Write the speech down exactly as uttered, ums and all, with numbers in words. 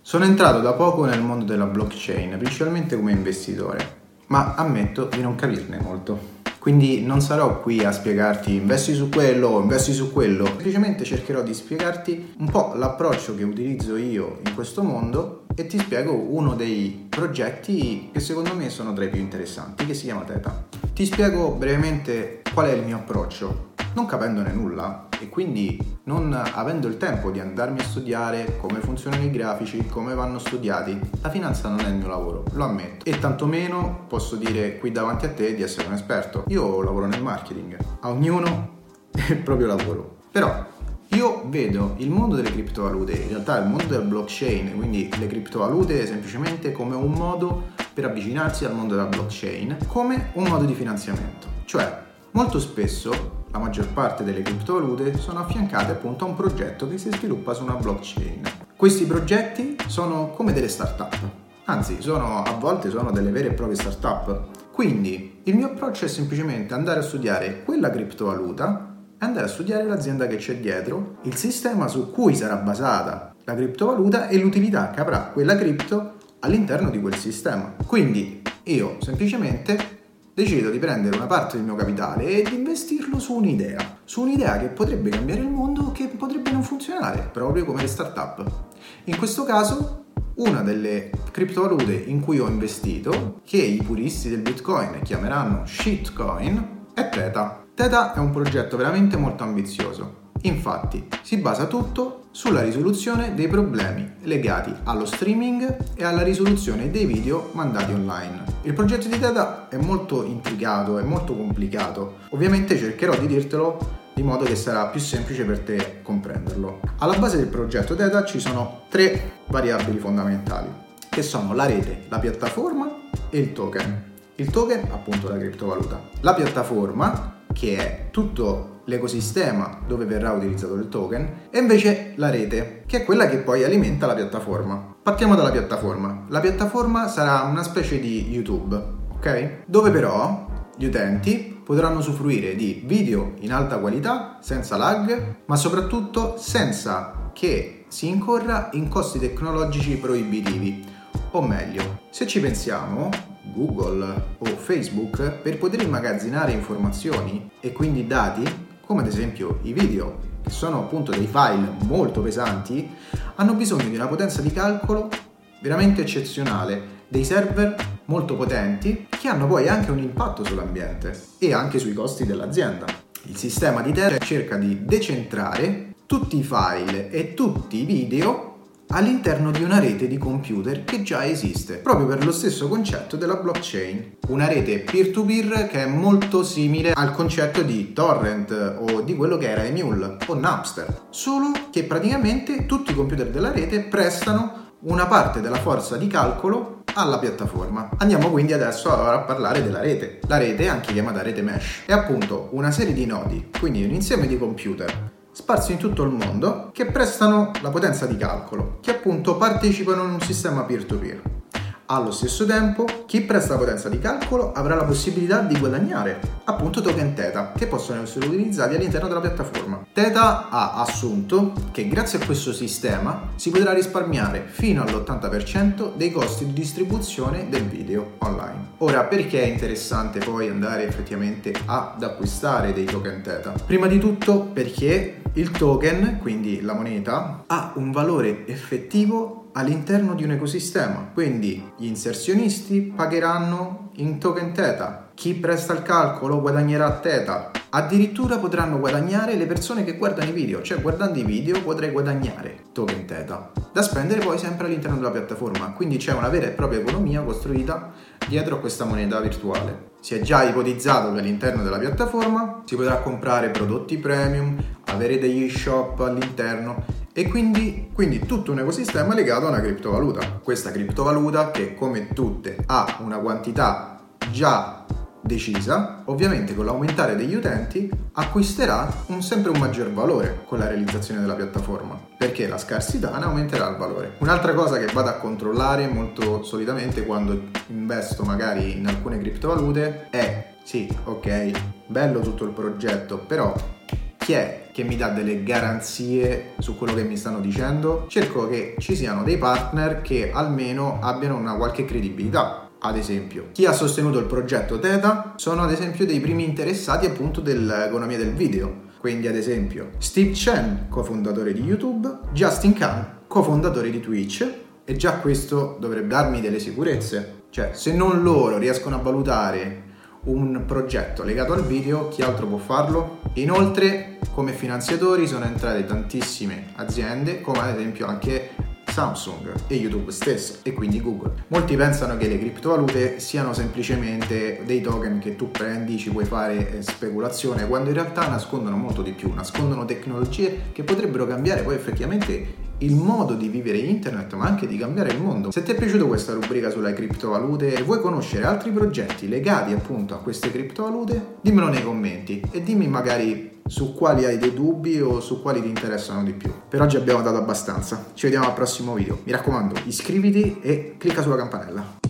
Sono entrato da poco nel mondo della blockchain, principalmente come investitore, ma ammetto di non capirne molto. Quindi non sarò qui a spiegarti investi su quello, investi su quello, semplicemente cercherò di spiegarti un po' l'approccio che utilizzo io in questo mondo e ti spiego uno dei progetti che secondo me sono tra i più interessanti, che si chiama Theta. Ti spiego brevemente qual è il mio approccio. Non capendone nulla e quindi non avendo il tempo di andarmi a studiare come funzionano i grafici, come vanno studiati, la finanza non è il mio lavoro, lo ammetto. E tantomeno posso dire qui davanti a te di essere un esperto. Io lavoro nel marketing, a ognuno il proprio lavoro. Però io vedo il mondo delle criptovalute, in realtà il mondo del blockchain, quindi le criptovalute semplicemente come un modo per avvicinarsi al mondo della blockchain, come un modo di finanziamento. Cioè, molto spesso la maggior parte delle criptovalute sono affiancate appunto a un progetto che si sviluppa su una blockchain. Questi progetti sono come delle start-up, anzi sono, a volte sono delle vere e proprie start-up. Quindi il mio approccio è semplicemente andare a studiare quella criptovaluta e andare a studiare l'azienda che c'è dietro, il sistema su cui sarà basata la criptovaluta e l'utilità che avrà quella cripto all'interno di quel sistema. Quindi io semplicemente decido di prendere una parte del mio capitale e di investirlo su un'idea, su un'idea che potrebbe cambiare il mondo, che potrebbe non funzionare, proprio come le start-up. In questo caso, una delle criptovalute in cui ho investito, che i puristi del Bitcoin chiameranno shitcoin, è Theta. Theta è un progetto veramente molto ambizioso. Infatti, si basa tutto sulla risoluzione dei problemi legati allo streaming e alla risoluzione dei video mandati online. Il progetto di Theta è molto intricato, è molto complicato. Ovviamente cercherò di dirtelo di modo che sarà più semplice per te comprenderlo. Alla base del progetto Theta ci sono tre variabili fondamentali, che sono la rete, la piattaforma e il token. Il token, appunto, la criptovaluta. La piattaforma, che è tutto l'ecosistema dove verrà utilizzato il token, e invece la rete, che è quella che poi alimenta la piattaforma. Partiamo dalla piattaforma. La piattaforma sarà una specie di YouTube, ok? Dove però gli utenti potranno usufruire di video in alta qualità, senza lag, ma soprattutto senza che si incorra in costi tecnologici proibitivi. O meglio, se ci pensiamo, Google o Facebook, per poter immagazzinare informazioni e quindi dati, come ad esempio i video, che sono appunto dei file molto pesanti, hanno bisogno di una potenza di calcolo veramente eccezionale, dei server molto potenti che hanno poi anche un impatto sull'ambiente e anche sui costi dell'azienda. Il sistema di Theta cerca di decentrare tutti i file e tutti i video all'interno di una rete di computer che già esiste, proprio per lo stesso concetto della blockchain. Una rete peer-to-peer che è molto simile al concetto di torrent o di quello che era Emule o Napster, solo che praticamente tutti i computer della rete prestano una parte della forza di calcolo alla piattaforma. Andiamo quindi adesso a parlare della rete. La rete, anche chiamata rete mesh, è appunto una serie di nodi, quindi un insieme di computer sparsi in tutto il mondo che prestano la potenza di calcolo, che appunto partecipano in un sistema peer-to-peer. Allo stesso tempo, chi presta la potenza di calcolo avrà la possibilità di guadagnare appunto token Theta, che possono essere utilizzati all'interno della piattaforma. Theta ha assunto che grazie a questo sistema si potrà risparmiare fino all'ottanta per cento dei costi di distribuzione del video online. Ora, perché è interessante poi andare effettivamente ad acquistare dei token Theta? Prima di tutto perché il token, quindi la moneta, ha un valore effettivo all'interno di un ecosistema, quindi gli inserzionisti pagheranno in token Theta, chi presta il calcolo guadagnerà Theta, addirittura potranno guadagnare le persone che guardano i video, cioè guardando i video potrai guadagnare token Theta, da spendere poi sempre all'interno della piattaforma, quindi c'è una vera e propria economia costruita dietro a questa moneta virtuale. Si è già ipotizzato che all'interno della piattaforma si potrà comprare prodotti premium, avere degli shop all'interno e quindi, quindi tutto un ecosistema legato a una criptovaluta. Questa criptovaluta, che come tutte ha una quantità già decisa, ovviamente con l'aumentare degli utenti acquisterà un sempre un maggior valore con la realizzazione della piattaforma, perché la scarsità ne aumenterà il valore. Un'altra cosa che vado a controllare molto solitamente quando investo magari in alcune criptovalute è sì, ok, bello tutto il progetto, però chi è che mi dà delle garanzie su quello che mi stanno dicendo, cerco che ci siano dei partner che almeno abbiano una qualche credibilità. Ad esempio, chi ha sostenuto il progetto Theta sono ad esempio dei primi interessati appunto dell'economia del video. Quindi ad esempio Steve Chen, cofondatore di YouTube, Justin Kan, cofondatore di Twitch, e già questo dovrebbe darmi delle sicurezze. Cioè, se non loro riescono a valutare un progetto legato al video, chi altro può farlo? Inoltre, come finanziatori sono entrate tantissime aziende, come ad esempio anche Samsung e YouTube stesso, e quindi Google. Molti pensano che le criptovalute siano semplicemente dei token che tu prendi, ci puoi fare speculazione, quando in realtà nascondono molto di più, nascondono tecnologie che potrebbero cambiare poi effettivamente il modo di vivere internet, ma anche di cambiare il mondo. Se ti è piaciuta questa rubrica sulle criptovalute e vuoi conoscere altri progetti legati appunto a queste criptovalute, dimmelo nei commenti e dimmi magari su quali hai dei dubbi o su quali ti interessano di più. Per oggi abbiamo dato abbastanza, ci vediamo al prossimo video. Mi raccomando, iscriviti e clicca sulla campanella.